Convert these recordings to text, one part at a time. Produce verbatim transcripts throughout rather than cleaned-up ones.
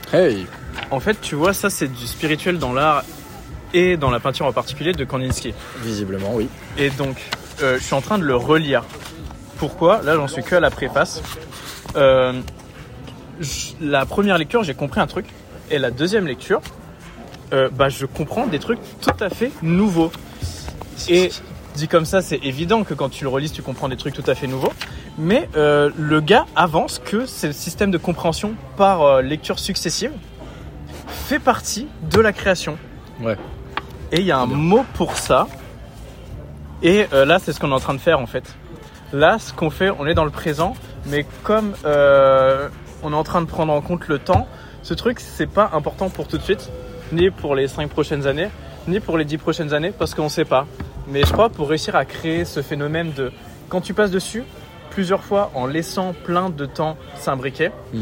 Hey. En fait, tu vois, ça, c'est du spirituel dans l'art et dans la peinture en particulier de Kandinsky. Visiblement, oui. Et donc, euh, je suis en train de le relire. Pourquoi ? Là, j'en suis que à la préface. Euh, je, la première lecture, j'ai compris un truc. Et la deuxième lecture, euh, bah, je comprends des trucs tout à fait nouveaux. Et dit comme ça, c'est évident que quand tu le relis, tu comprends des trucs tout à fait nouveaux. Mais euh, le gars avance que ce système de compréhension par euh, lecture successive fait partie de la création. Ouais. Et il y a un mot pour ça. Et euh, là, c'est ce qu'on est en train de faire en fait. Là, ce qu'on fait, on est dans le présent, mais comme euh, on est en train de prendre en compte le temps, ce truc, c'est pas important pour tout de suite, ni pour les cinq prochaines années, ni pour les dix prochaines années, parce qu'on sait pas. Mais je crois pour réussir à créer ce phénomène de quand tu passes dessus plusieurs fois en laissant plein de temps s'imbriquer, mmh.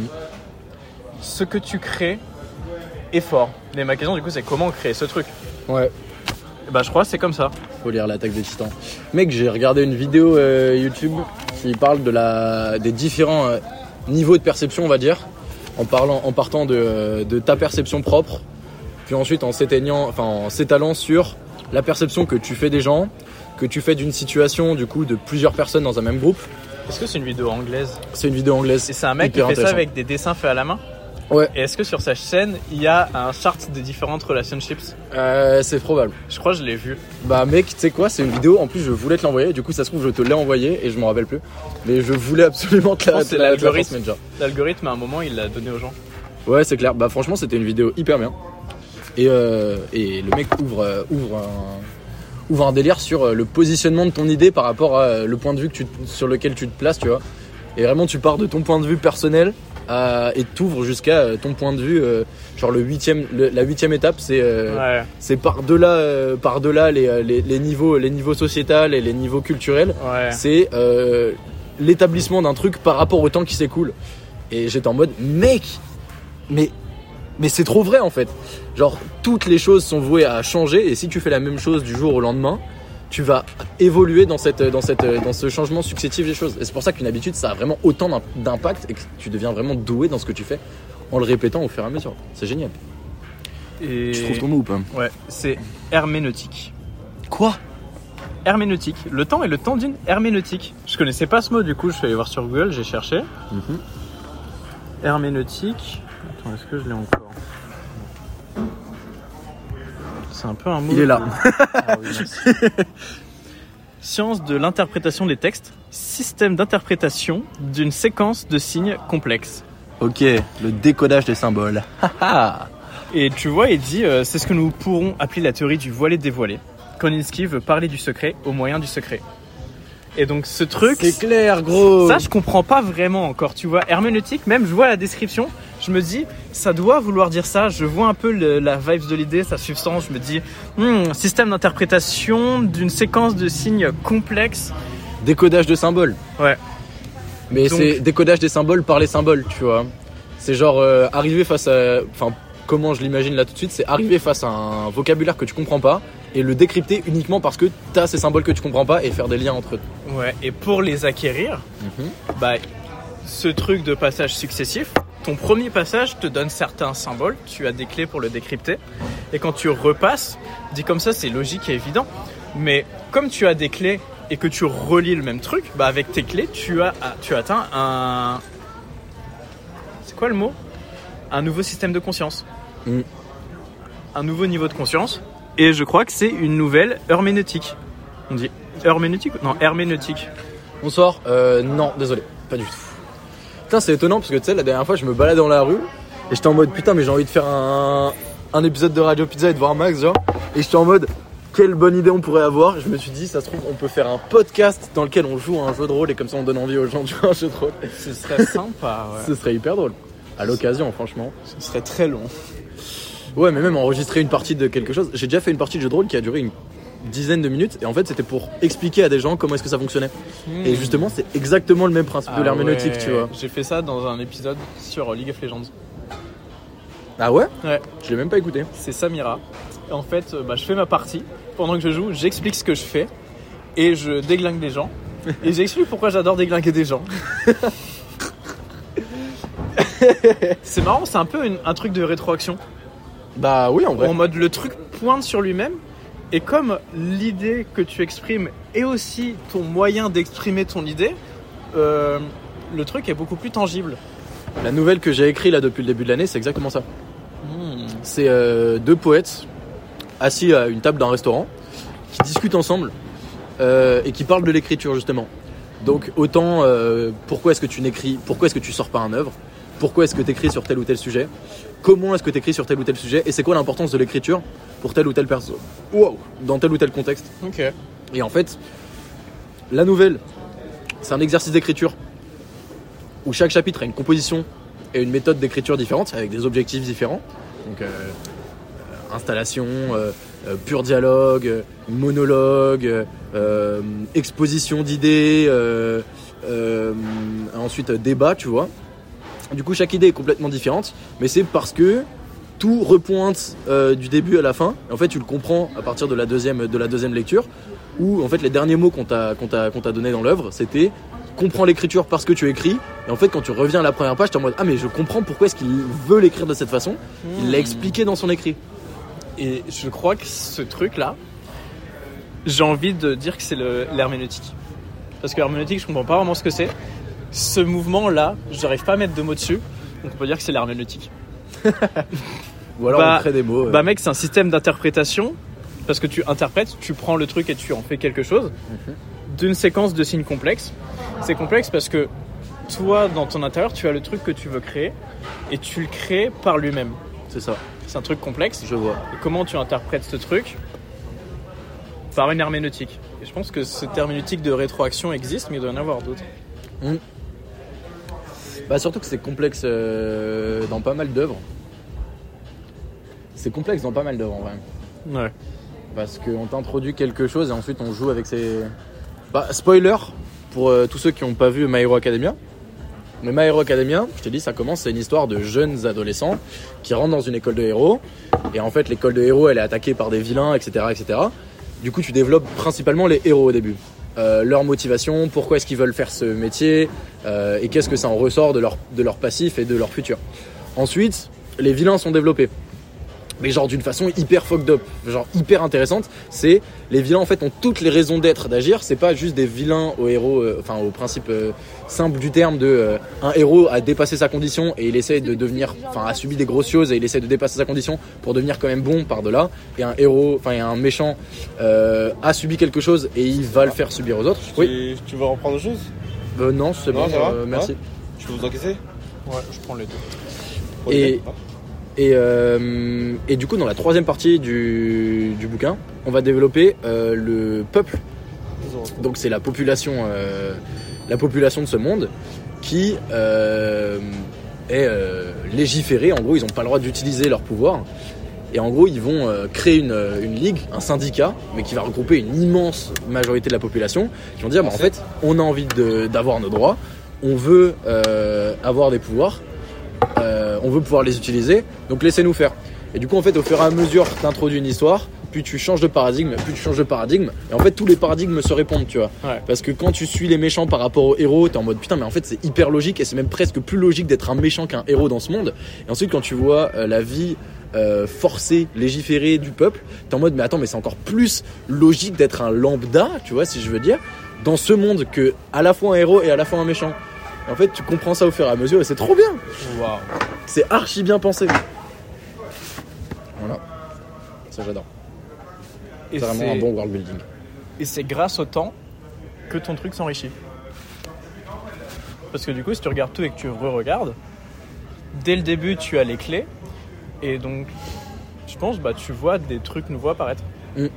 ce que tu crées est fort. Mais ma question du coup, c'est comment créer ce truc ? Ouais. Et bah je crois que c'est comme ça. Faut lire l'Attaque des Titans. Mec, j'ai regardé une vidéo euh, YouTube qui parle de la des différents euh, niveaux de perception, on va dire, en parlant, en partant de, de ta perception propre, puis ensuite en s'éteignant, enfin en s'étalant sur la perception que tu fais des gens, que tu fais d'une situation, du coup, de plusieurs personnes dans un même groupe. Est-ce que c'est une vidéo anglaise ? C'est une vidéo anglaise. Et c'est un mec qui fait ça avec des dessins faits à la main ? Ouais. Et est-ce que sur sa chaîne, il y a un chart de différentes relationships ? euh, C'est probable. Je crois que je l'ai vu. Bah mec, tu sais quoi, c'est une vidéo, en plus je voulais te l'envoyer, du coup ça se trouve je te l'ai envoyé et je m'en rappelle plus. Mais je voulais absolument te la, c'est la, l'algorithme. la L'algorithme à un moment il l'a donné aux gens. Ouais c'est clair, bah franchement c'était une vidéo hyper bien. Et, euh, et le mec ouvre, euh, ouvre, un, ouvre un délire sur le positionnement de ton idée par rapport à le point de vue que tu, sur lequel tu te places, tu vois. Et vraiment tu pars de ton point de vue personnel à, et t'ouvres jusqu'à ton point de vue, euh, genre le huitième, le, la huitième étape, c'est, euh, ouais. c'est par-delà, euh, par-delà les, les, les, niveaux, les niveaux sociétals et les niveaux culturels. Ouais. C'est euh, l'établissement d'un truc par rapport au temps qui s'écoule. Et j'étais en mode, mec, mais, mais c'est trop vrai en fait. Genre, toutes les choses sont vouées à changer et si tu fais la même chose du jour au lendemain, tu vas évoluer dans, cette, dans, cette, dans ce changement successif des choses. Et c'est pour ça qu'une habitude, ça a vraiment autant d'impact et que tu deviens vraiment doué dans ce que tu fais en le répétant au fur et à mesure. C'est génial. Et... Tu trouves ton mot ou pas ? Ouais, c'est herméneutique. Quoi ? Herméneutique. Le temps est le temps d'une herméneutique. Je connaissais pas ce mot, du coup, je suis allé voir sur Google, j'ai cherché. Mm-hmm. Herméneutique. Attends, est-ce que je l'ai encore ? C'est un peu un mot. Il est là. Ah oui, merci. Science de l'interprétation des textes, système d'interprétation d'une séquence de signes complexes. Ok, le décodage des symboles. Et tu vois, il dit, euh, c'est ce que nous pourrons appeler la théorie du voilé dévoilé. Kandinsky veut parler du secret au moyen du secret. Et donc ce truc, c'est clair, gros. Ça, je comprends pas vraiment encore. Tu vois, herméneutique, même je vois la description, je me dis, ça doit vouloir dire ça. Je vois un peu le, la vibes de l'idée, sa substance. Je me dis, hmm, système d'interprétation d'une séquence de signes complexes. Décodage de symboles. Ouais. Mais donc, c'est décodage des symboles par les symboles, tu vois. C'est genre euh, arriver face à, enfin, comment je l'imagine là tout de suite, c'est arriver face à un vocabulaire que tu comprends pas et le décrypter uniquement parce que t'as ces symboles que tu comprends pas et faire des liens entre eux. Ouais. Et pour les acquérir, mm-hmm. bah, ce truc de passage successif. Ton premier passage te donne certains symboles, tu as des clés pour le décrypter. Et quand tu repasses, dit comme ça, c'est logique et évident. Mais comme tu as des clés et que tu relis le même truc, bah avec tes clés, tu as, tu atteins un... C'est quoi le mot ? Un nouveau système de conscience. Mm. Un nouveau niveau de conscience. Et je crois que c'est une nouvelle herméneutique. On dit herméneutique ? Non, herméneutique. Bonsoir. Euh, non, désolé, pas du tout. Putain, c'est étonnant parce que tu sais, la dernière fois, je me baladais dans la rue et j'étais en mode putain, mais j'ai envie de faire un, un épisode de Radio Pizza et de voir Max, genre. Et j'étais en mode quelle bonne idée on pourrait avoir. Je me suis dit, ça se trouve, on peut faire un podcast dans lequel on joue à un jeu de rôle et comme ça, on donne envie aux gens de jouer à un jeu de rôle. Ce serait sympa, ouais. Ce serait hyper drôle. À l'occasion, franchement. Ce serait très long. Ouais, mais même enregistrer une partie de quelque chose. J'ai déjà fait une partie de jeu de rôle qui a duré une dizaine de minutes et en fait c'était pour expliquer à des gens comment est-ce que ça fonctionnait mmh. et justement c'est exactement le même principe ah de l'herméneutique ouais. Tu vois. J'ai fait ça dans un épisode sur League of Legends. Ah ouais? Ouais. Je l'ai même pas écouté. C'est Samira. Et en fait bah, je fais ma partie pendant que je joue, j'explique ce que je fais et je déglingue des gens et j'explique pourquoi j'adore déglinguer des gens. C'est marrant, c'est un peu une, un truc de rétroaction. Bah oui, en vrai. En mode le truc pointe sur lui-même. Et comme l'idée que tu exprimes est aussi ton moyen d'exprimer ton idée, euh, le truc est beaucoup plus tangible. La nouvelle que j'ai écrite là depuis le début de l'année, c'est exactement ça. Mmh. C'est euh, deux poètes assis à une table d'un restaurant qui discutent ensemble euh, et qui parlent de l'écriture justement. Donc autant euh, pourquoi est-ce que tu n'écris, pourquoi est-ce que tu sors pas un œuvre, pourquoi est-ce que tu écris sur tel ou tel sujet, comment est-ce que tu écris sur tel ou tel sujet et c'est quoi l'importance de l'écriture pour telle ou telle personne, wow, dans tel ou tel contexte. Ok. Et en fait, la nouvelle, c'est un exercice d'écriture où chaque chapitre a une composition et une méthode d'écriture différente avec des objectifs différents. Donc euh, installation, euh, euh, pur dialogue, euh, monologue, euh, exposition d'idées, euh, euh, ensuite euh, débat, tu vois. Du coup, chaque idée est complètement différente, mais c'est parce que tout repointe euh, du début à la fin. Et en fait, tu le comprends à partir de la deuxième, de la deuxième lecture, où en fait les derniers mots qu'on t'a, qu'on t'a, qu'on t'a donné dans l'œuvre, c'était comprends l'écriture parce que tu écris. Et en fait, quand tu reviens à la première page, t'es en mode ah mais je comprends pourquoi est-ce qu'il veut l'écrire de cette façon. Mmh. Il l'a expliqué dans son écrit. Et je crois que ce truc-là, j'ai envie de dire que c'est le, l'herméneutique. Parce que l'herméneutique, je comprends pas vraiment ce que c'est. Ce mouvement-là, j'arrive pas à mettre de mots dessus. Donc on peut dire que c'est l'herméneutique. Ou alors bah, on crée des mots. Euh... Bah mec, c'est un système d'interprétation. Parce que tu interprètes, tu prends le truc et tu en fais quelque chose. Mm-hmm. D'une séquence de signes complexes. C'est complexe parce que toi, dans ton intérieur, tu as le truc que tu veux créer. Et tu le crées par lui-même. C'est ça. C'est un truc complexe. Je vois. Et comment tu interprètes ce truc ? Par une herméneutique. Et je pense que cette herméneutique de rétroaction existe, mais il doit y en avoir d'autres. Mmh. Bah surtout que c'est complexe euh, dans pas mal d'œuvres. C'est complexe dans pas mal d'œuvres en vrai. Ouais. Parce qu'on t'introduit quelque chose et ensuite on joue avec ces... Bah spoiler pour euh, tous ceux qui n'ont pas vu My Hero Academia. Mais My Hero Academia, je t'ai dit, ça commence, c'est une histoire de jeunes adolescents qui rentrent dans une école de héros. Et en fait, l'école de héros, elle est attaquée par des vilains, et cetera, et cetera. Du coup, tu développes principalement les héros au début. Euh, leur motivation, pourquoi est-ce qu'ils veulent faire ce métier, euh, et qu'est-ce que ça en ressort de leur, de leur passif et de leur futur. Ensuite, les vilains sont développés. Mais genre d'une façon hyper fucked up, genre hyper intéressante. C'est les vilains en fait ont toutes les raisons d'être, d'agir. C'est pas juste des vilains au héros, euh, enfin au principe euh, simple du terme de euh, un héros a dépassé sa condition et il essaie de devenir, enfin a subi des grosses choses et il essaie de dépasser sa condition pour devenir quand même bon par delà. Et un héros, enfin un méchant euh, a subi quelque chose et il va le faire subir aux autres. Tu, oui. Tu veux reprendre autre chose ? euh, Non, c'est non, bon. Ça va euh, merci. Ouais. Je peux vous encaisser ? Ouais, je prends les deux. Et Et, euh, et du coup, dans la troisième partie du, du bouquin, on va développer euh, le peuple. Donc, c'est la population, euh, la population de ce monde qui euh, est euh, légiférée. En gros, ils n'ont pas le droit d'utiliser leur pouvoir. Et en gros, ils vont euh, créer une, une ligue, un syndicat, mais qui va regrouper une immense majorité de la population, qui vont dire, bah, en fait, on a envie de, d'avoir nos droits, on veut euh, avoir des pouvoirs. Euh, on veut pouvoir les utiliser, donc laissez-nous faire. Et du coup, en fait, au fur et à mesure que tu introduis une histoire, plus tu changes de paradigme, plus tu changes de paradigme, et en fait, tous les paradigmes se répondent, tu vois. Ouais. Parce que quand tu suis les méchants par rapport aux héros, t'es en mode putain, mais en fait, c'est hyper logique, et c'est même presque plus logique d'être un méchant qu'un héros dans ce monde. Et ensuite, quand tu vois euh, la vie euh, forcée, légiférée du peuple, t'es en mode mais attends, mais c'est encore plus logique d'être un lambda, tu vois, si je veux dire, dans ce monde que à la fois un héros et à la fois un méchant. En fait, tu comprends ça au fur et à mesure et c'est trop bien. Waouh. C'est archi bien pensé. Voilà. Ça, j'adore. Et c'est vraiment c'est... un bon world building. Et c'est grâce au temps que ton truc s'enrichit. Parce que du coup, si tu regardes tout et que tu re-regardes, dès le début, tu as les clés. Et donc, je pense, bah, tu vois des trucs nouveaux apparaître. Mmh.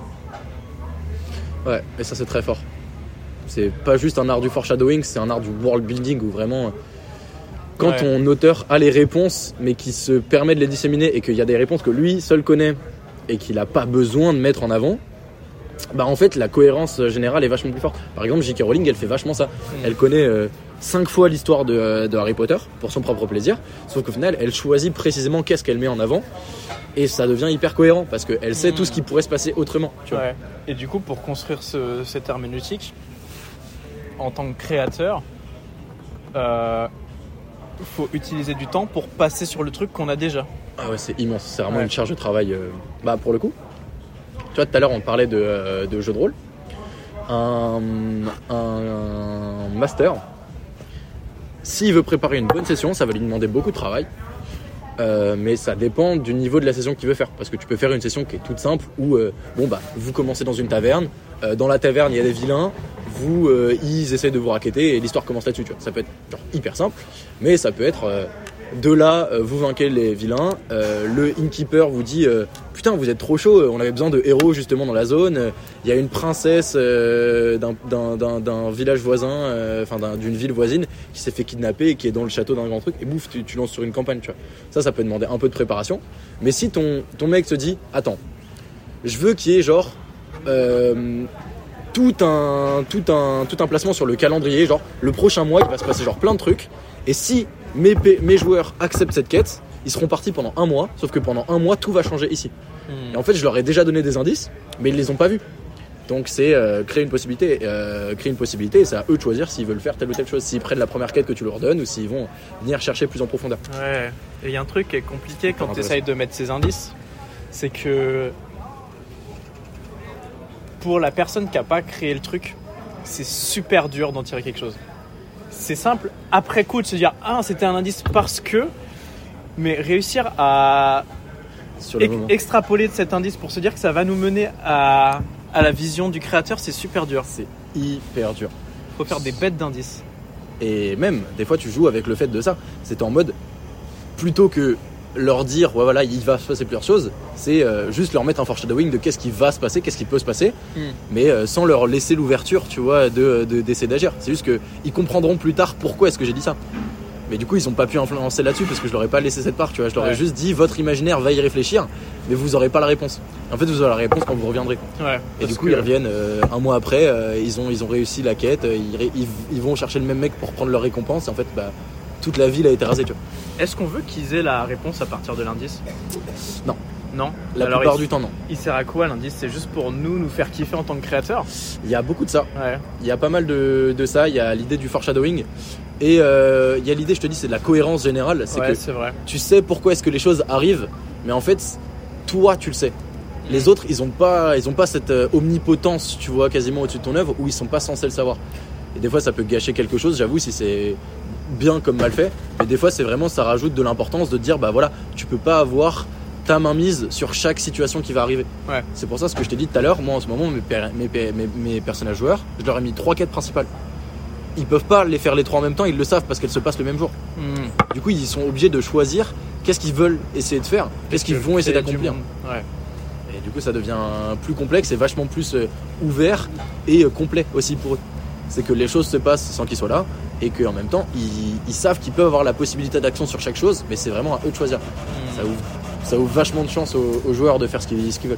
Ouais, et ça, c'est très fort. C'est pas juste un art du foreshadowing, c'est un art du world building où vraiment, quand ouais. ton auteur a les réponses, mais qui se permet de les disséminer et qu'il y a des réponses que lui seul connaît et qu'il a pas besoin de mettre en avant, bah en fait la cohérence générale est vachement plus forte. Par exemple, J K Rowling, elle fait vachement ça. Mmh. Elle connaît euh, cinq fois l'histoire de, de Harry Potter pour son propre plaisir, sauf qu'au final, elle choisit précisément qu'est-ce qu'elle met en avant. Et ça devient hyper cohérent parce qu'elle sait mmh. tout ce qui pourrait se passer autrement. Tu vois. Ouais. Et du coup, pour construire ce, cette herméneutique, en tant que créateur, euh, faut utiliser du temps pour passer sur le truc qu'on a déjà. Ah ouais, c'est immense. C'est vraiment Ouais. une charge de travail. euh, Bah, pour le coup, tu vois, tout à l'heure, on parlait de, euh, de jeux de rôle. Un, un, un master, s'il veut préparer une bonne session, ça va lui demander beaucoup de travail. Euh, mais ça dépend du niveau de la session qu'il veut faire. Parce que tu peux faire une session qui est toute simple où, euh, bon, bah, vous commencez dans une taverne. Euh, dans la taverne, il y a des vilains. Vous, euh, ils essayent de vous racketter et l'histoire commence là-dessus. Tu vois. Ça peut être genre, hyper simple. Mais ça peut être. Euh, de là, euh, vous vainquez les vilains. Euh, le innkeeper vous dit euh, putain, vous êtes trop chaud. On avait besoin de héros justement dans la zone. Il y a une princesse euh, d'un, d'un, d'un, d'un village voisin, enfin euh, d'une ville voisine, qui s'est fait kidnapper et qui est dans le château d'un grand truc. Et bouf, tu, tu lances sur une campagne. Tu vois. Ça, ça peut demander un peu de préparation. Mais si ton ton mec se dit attends, je veux qu'il y ait genre euh, tout un tout un tout un placement sur le calendrier, genre le prochain mois, il va se passer genre plein de trucs. Et si mes, mes joueurs acceptent cette quête, ils seront partis pendant un mois, sauf que pendant un mois, tout va changer ici. Mmh. Et en fait, je leur ai déjà donné des indices, mais ils les ont pas vus. Donc c'est euh, créer une possibilité, euh, créer une possibilité, et c'est à eux de choisir s'ils veulent faire telle ou telle chose, s'ils prennent la première quête que tu leur donnes ou s'ils vont venir chercher plus en profondeur. Ouais, et il y a un truc qui est compliqué quand tu essayes de mettre ces indices, c'est que pour la personne qui a pas créé le truc, c'est super dur d'en tirer quelque chose. C'est simple, après coup, de se dire « Ah, c'était un indice parce que… » Mais réussir à Sur le ex- moment. extrapoler de cet indice pour se dire que ça va nous mener à, à la vision du créateur, c'est super dur. C'est hyper dur. Faut faire des bêtes d'indices. Et même, des fois, tu joues avec le fait de ça. C'est en mode, plutôt que leur dire, ouais, voilà, il va se passer plusieurs choses, c'est euh, juste leur mettre un foreshadowing de qu'est-ce qui va se passer, qu'est-ce qui peut se passer, Mm. mais euh, sans leur laisser l'ouverture, tu vois, de, de, d'essayer d'agir. C'est juste qu'ils comprendront plus tard pourquoi est-ce que j'ai dit ça. Mais du coup, ils n'ont pas pu influencer là-dessus parce que je leur ai pas laissé cette part, tu vois. Je leur ai Ouais. juste dit, votre imaginaire va y réfléchir, mais vous aurez pas la réponse. En fait, vous aurez la réponse quand vous reviendrez. Ouais, Et du coup, ils reviennent euh, un mois après, euh, ils, ont, ils ont réussi la quête, euh, ils, ré- ils, ils vont chercher le même mec pour prendre leur récompense, et en fait, bah, toute la ville a été rasée, tu vois. Est-ce qu'on veut qu'ils aient la réponse à partir de l'indice ? Non. Non. La Alors, plupart il, du temps, non. il sert à quoi l'indice ? C'est juste pour nous, nous faire kiffer en tant que créateurs ? Il y a beaucoup de ça. Ouais. Il y a pas mal de, de ça. Il y a l'idée du foreshadowing. Et euh, il y a l'idée, je te dis, c'est de la cohérence générale. C'est ouais, que c'est vrai. tu sais pourquoi est-ce que les choses arrivent, mais en fait, toi, tu le sais. Les autres, ils ont pas, ils ont pas cette euh, omnipotence, tu vois, quasiment au-dessus de ton œuvre, où ils sont pas censés le savoir. Et des fois, ça peut gâcher quelque chose, j'avoue, si c'est bien comme mal fait. Mais des fois, c'est vraiment, ça rajoute de l'importance de dire, bah voilà, tu peux pas avoir ta main mise sur chaque situation qui va arriver. Ouais. C'est pour ça ce que je t'ai dit tout à l'heure. Moi, en ce moment, mes, per- mes, per- mes, mes personnages joueurs, je leur ai mis trois quêtes principales. Ils peuvent pas les faire les trois en même temps, ils le savent parce qu'elles se passent le même jour. Mm. Du coup, ils sont obligés de choisir qu'est-ce qu'ils veulent essayer de faire, qu'est-ce qu'ils vont essayer Créer du d'accomplir. monde. Ouais. Et du coup, ça devient plus complexe et vachement plus euh, ouvert et euh, complet aussi pour eux. C'est que les choses se passent sans qu'ils soient là et qu'en même temps, ils, ils savent qu'ils peuvent avoir la possibilité d'action sur chaque chose, mais c'est vraiment à eux de choisir. Mm. Ça, ouvre, ça ouvre vachement de chance aux, aux joueurs de faire ce qu'ils, ce qu'ils veulent.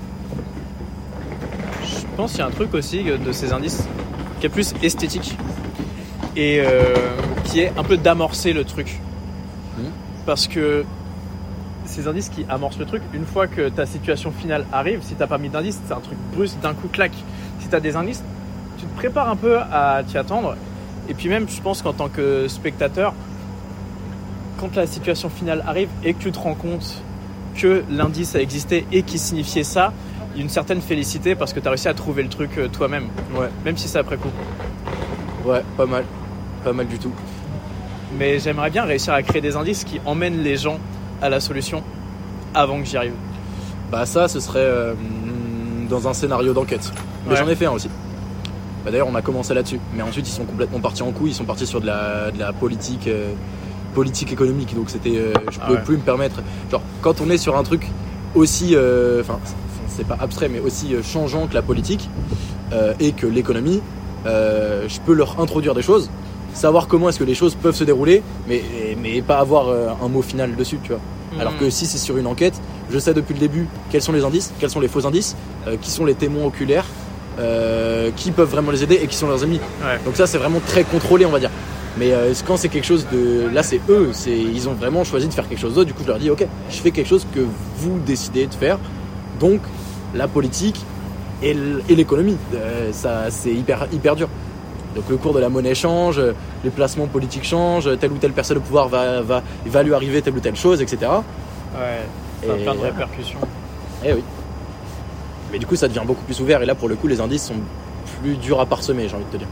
Je pense qu'il y a un truc aussi de ces indices qui est plus esthétique et euh, qui est un peu d'amorcer le truc. Mmh. Parce que ces indices qui amorcent le truc, une fois que ta situation finale arrive, si t'as pas mis d'indices, c'est un truc brusque, d'un coup claque. Si t'as des indices, tu te prépares un peu à t'y attendre. Et puis même, je pense qu'en tant que spectateur, quand la situation finale arrive et que tu te rends compte que l'indice a existé et qu'il signifiait ça, il y a une certaine félicité parce que tu as réussi à trouver le truc euh, toi-même, Ouais, même si c'est après coup. ouais, pas mal. Pas mal du tout. Mais j'aimerais bien réussir à créer des indices qui emmènent les gens à la solution avant que j'y arrive. Bah ça, ce serait euh, dans un scénario d'enquête. Mais Ouais. j'en ai fait un aussi. Bah d'ailleurs, on a commencé là-dessus. Mais ensuite, ils sont complètement partis en couille. Ils sont partis sur de la, de la politique, euh, politique économique. Donc c'était, euh, je Ah pouvais ouais. plus me permettre. Genre, quand on est sur un truc aussi, enfin, euh, c'est pas abstrait, mais aussi euh, changeant que la politique euh, et que l'économie, euh, je peux leur introduire des choses, savoir comment est-ce que les choses peuvent se dérouler, mais mais pas avoir euh, un mot final dessus, tu vois. Mmh. Alors que si c'est sur une enquête, je sais depuis le début quels sont les indices, quels sont les faux indices, euh, qui sont les témoins oculaires, euh, qui peuvent vraiment les aider et qui sont leurs ennemis. Ouais. Donc ça, c'est vraiment très contrôlé, on va dire. Mais euh, quand c'est quelque chose de... Là, c'est eux, c'est... ils ont vraiment choisi de faire quelque chose d'autre. Du coup, je leur dis, ok, je fais quelque chose que vous décidez de faire. Donc, la politique et l- et l'économie, euh, ça, c'est hyper, hyper dur. Donc le cours de la monnaie change, les placements politiques changent, telle ou telle personne au pouvoir va, va, va lui arriver telle ou telle chose, et cetera. Ouais, ça a Et- plein de répercussions. Eh oui. Mais du coup, ça devient beaucoup plus ouvert. Et là, pour le coup, les indices sont plus durs à parsemer, j'ai envie de te dire.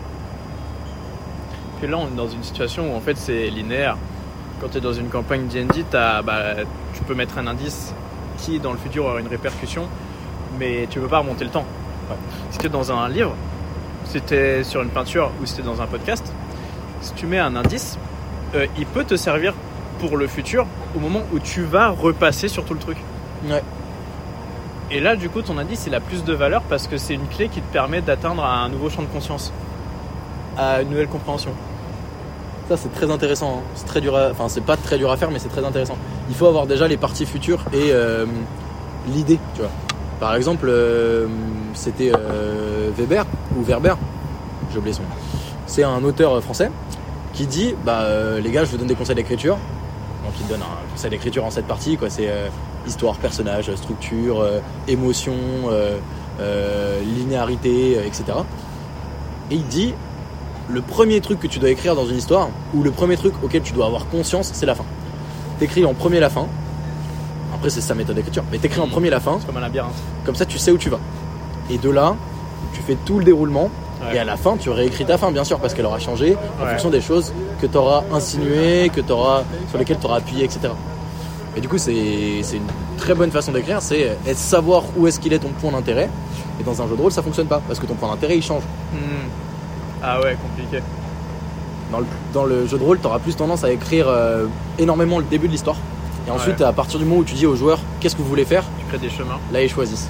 Puis là, on est dans une situation où en fait c'est linéaire. Quand tu es dans une campagne D and D, t'as, bah, tu peux mettre un indice qui, dans le futur, aura une répercussion, mais tu peux pas remonter le temps. Ouais. Parce que dans un livre, si t'es sur une peinture ou si t'es dans un podcast, si tu mets un indice, euh, il peut te servir pour le futur au moment où tu vas repasser sur tout le truc. Ouais. Et là, du coup, ton indice, il a plus de valeur parce que c'est une clé qui te permet d'atteindre un nouveau champ de conscience, à une nouvelle compréhension. Ça, c'est très intéressant. Hein. C'est très dur à... Enfin, c'est pas très dur à faire, mais c'est très intéressant. Il faut avoir déjà les parties futures et euh, l'idée, tu vois. Par exemple, euh, c'était euh, Weber, ou Werber, j'ai oublié son nom. C'est un auteur français qui dit, bah, euh, les gars, je vous donne des conseils d'écriture. Donc, il te donne un conseil d'écriture en sept parties, quoi. C'est euh, histoire, personnage, structure, euh, émotion, euh, euh, linéarité, euh, et cetera. Et il dit, le premier truc que tu dois écrire dans une histoire, ou le premier truc auquel tu dois avoir conscience, c'est la fin. T'écris en premier la fin. Après, c'est sa méthode d'écriture. Mais t'écris en premier la fin. C'est comme un labyrinthe. Comme ça, tu sais où tu vas. Et de là, tu fais tout le déroulement. Ouais. Et à la fin, tu réécris ta fin, bien sûr, parce qu'elle aura changé en Ouais. fonction des choses que tu auras insinuées, que t'auras, sur lesquelles tu auras appuyé, et cetera. Et du coup, c'est, c'est une très bonne façon d'écrire. C'est est savoir où est-ce qu'il est ton point d'intérêt. Et dans un jeu de rôle, ça fonctionne pas. Parce que ton point d'intérêt, il change. Hmm. Ah ouais, compliqué. Dans le, dans le jeu de rôle, tu auras plus tendance à écrire euh, énormément le début de l'histoire. Et ensuite, Ouais. à partir du moment où tu dis aux joueurs qu'est-ce que vous voulez faire, Tu crées des chemins. là, ils choisissent.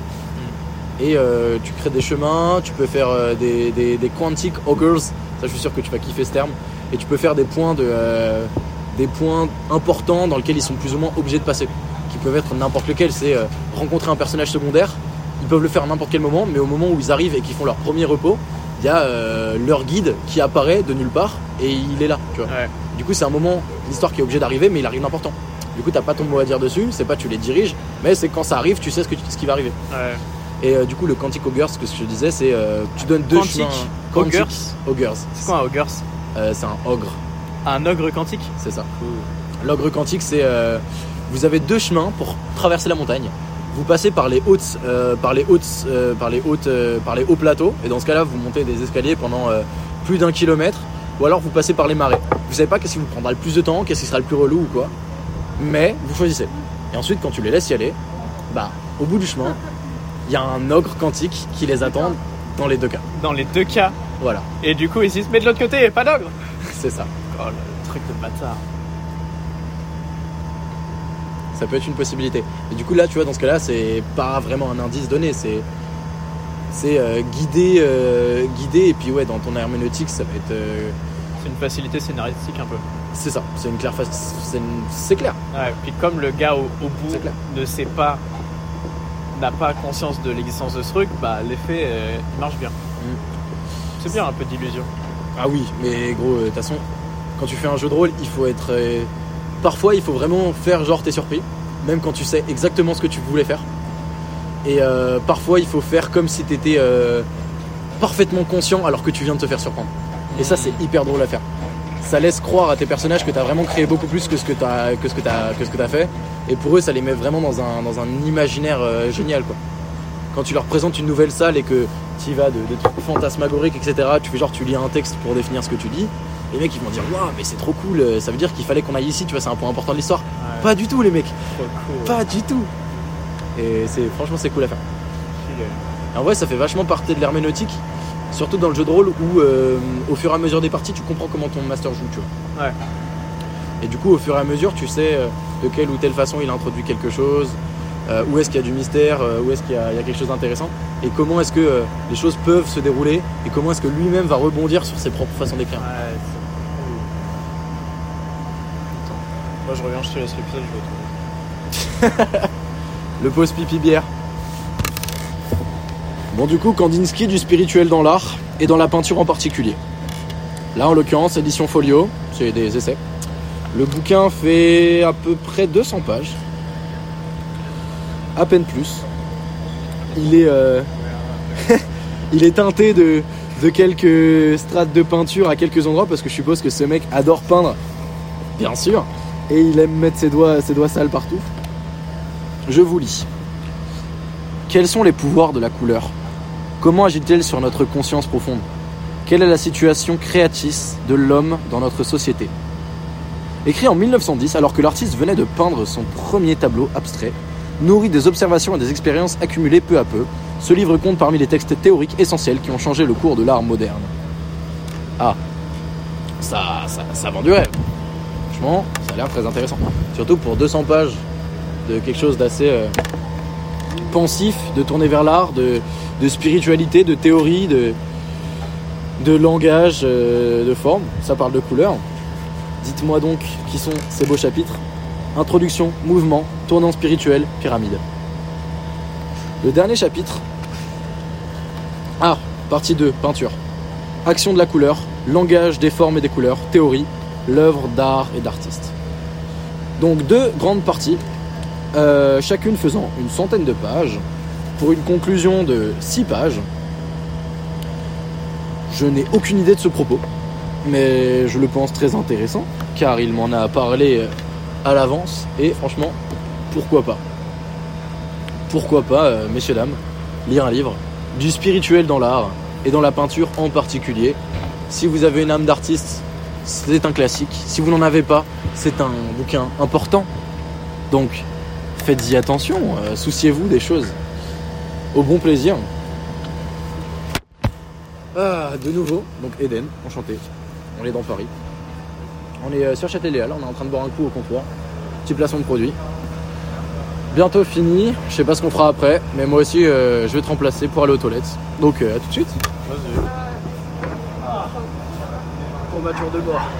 Et euh, tu crées des chemins, tu peux faire euh, des, des, des quantic augurs, ça je suis sûr que tu vas kiffer ce terme, et tu peux faire des points, de, euh, des points importants dans lesquels ils sont plus ou moins obligés de passer, qui peuvent être n'importe lequel, c'est euh, rencontrer un personnage secondaire, ils peuvent le faire à n'importe quel moment, mais au moment où ils arrivent et qu'ils font leur premier repos, il y a euh, leur guide qui apparaît de nulle part et il est là, tu vois. Ouais. Du coup c'est un moment, l'histoire qui est obligée d'arriver, mais il arrive n'importe quand. Du coup t'as pas ton mot à dire dessus, c'est pas tu les diriges, mais c'est quand ça arrive, tu sais ce, que tu- ce qui va arriver. Ouais. Et euh, du coup, le Quantic Augurs, ce que je disais, c'est euh, tu donnes deux Quantic chemins. Augurs Augurs. C'est quoi un ogre? Euh, C'est un ogre, Un ogre quantique? c'est ça. L'ogre quantique, c'est euh, vous avez deux chemins pour traverser la montagne. Vous passez par les hautes, euh, par les hautes, euh, par les hautes, euh, par les hauts plateaux. Et dans ce cas-là, vous montez des escaliers pendant euh, plus d'un kilomètre. Ou alors vous passez par les marais. Vous savez pas qu'est-ce qui vous prendra le plus de temps, qu'est-ce qui sera le plus relou ou quoi. Mais vous choisissez. Et ensuite, quand tu les laisses y aller, bah, au bout du chemin, il y a un ogre quantique qui les attend dans les deux cas. Dans les deux cas. Voilà, Et du coup, ils se disent, mais de l'autre côté, pas d'ogre. c'est ça. Oh, le truc de bâtard. Ça peut être une possibilité. Et du coup, là, tu vois, dans ce cas-là, c'est pas vraiment un indice donné, c'est c'est euh, guidé, euh, guidé. Et puis ouais, dans ton herméneutique, ça va être, euh, C'est une facilité scénaristique un peu. c'est ça. C'est une claire, fa- c'est, une- c'est clair. Ouais, puis comme le gars au, au bout C'est clair. ne sait pas, n'a pas conscience de l'existence de ce truc, bah l'effet euh, il marche bien. Mm. C'est bien un peu d'illusion. Ah oui, mais gros, euh, de toute façon, quand tu fais un jeu de rôle, il faut être. euh, Parfois, il faut vraiment faire genre t'es surpris, même quand tu sais exactement ce que tu voulais faire. Et euh, parfois, il faut faire comme si t'étais euh, parfaitement conscient alors que tu viens de te faire surprendre. Et ça, c'est hyper drôle à faire. Ça laisse croire à tes personnages que t'as vraiment créé beaucoup plus que ce que t'as, que ce que t'as, que ce que t'as fait. Et pour eux, ça les met vraiment dans un, dans un imaginaire euh, génial, quoi. Quand tu leur présentes une nouvelle salle et que tu y vas de, de trucs fantasmagoriques, et cetera, tu fais genre tu lis un texte pour définir ce que tu dis, les mecs ils vont dire waouh, mais c'est trop cool, ça veut dire qu'il fallait qu'on aille ici, tu vois, c'est un point important de l'histoire. Ouais, Pas du tout, les mecs, trop cool. pas du tout. Et c'est, franchement, c'est cool à faire. Stylé. Et en vrai, ça fait vachement partie de l'herméneutique, surtout dans le jeu de rôle où euh, au fur et à mesure des parties, tu comprends comment ton master joue, tu vois. Ouais. Et du coup, au fur et à mesure, tu sais euh, de quelle ou telle façon il introduit quelque chose, euh, où est-ce qu'il y a du mystère, euh, où est-ce qu'il y a, il y a quelque chose d'intéressant, et comment est-ce que euh, les choses peuvent se dérouler, et comment est-ce que lui-même va rebondir sur ses propres façons d'écrire. Ouais, c'est cool. Attends. Moi je reviens, je te laisse l'épisode, je vais trouver. Le pause pipi bière. Bon, du coup, Kandinsky du spirituel dans l'art et dans la peinture en particulier. Là, en l'occurrence, édition Folio, c'est des essais. Le bouquin fait à peu près deux cents pages, à peine plus. Il est, euh, il est teinté de de quelques strates de peinture à quelques endroits parce que je suppose que ce mec adore peindre, bien sûr, et il aime mettre ses doigts, ses doigts sales partout. Je vous lis. Quels sont les pouvoirs de la couleur ? Comment agit-elle sur notre conscience profonde ? Quelle est la situation créatrice de l'homme dans notre société ? Écrit en mille neuf cent dix, alors que l'artiste venait de peindre son premier tableau abstrait, nourri des observations et des expériences accumulées peu à peu, ce livre compte parmi les textes théoriques essentiels qui ont changé le cours de l'art moderne. Ah, ça, ça, ça vend du rêve. Franchement, ça a l'air très intéressant. Surtout pour deux cents pages de quelque chose d'assez euh, pensif, de tourner vers l'art, de, de spiritualité, de théorie, de, de langage, euh, de forme. Ça parle de couleurs. Dites-moi donc qui sont ces beaux chapitres. Introduction, mouvement, tournant spirituel, pyramide. Le dernier chapitre. Ah, partie deux, peinture. Action de la couleur, langage des formes et des couleurs, théorie, l'œuvre d'art et d'artiste. Donc deux grandes parties, euh, chacune faisant une centaine de pages, pour une conclusion de six pages. Je n'ai aucune idée de ce propos, mais je le pense très intéressant, car il m'en a parlé à l'avance, et franchement, pourquoi pas ? Pourquoi pas, euh, messieurs, dames, lire un livre, du spirituel dans l'art, et dans la peinture en particulier. Si vous avez une âme d'artiste, c'est un classique. Si vous n'en avez pas, c'est un bouquin important. Donc, faites-y attention, euh, souciez-vous des choses. Au bon plaisir. Ah, de nouveau, donc Eden, enchanté. On est dans Paris. On est euh, sur Châtelet-Léal, on est en train de boire un coup au comptoir. Petit placement de produit. Bientôt fini, je sais pas ce qu'on fera après, mais moi aussi euh, je vais te remplacer pour aller aux toilettes. Donc euh, à tout de suite. Vas-y. Courbature de bord.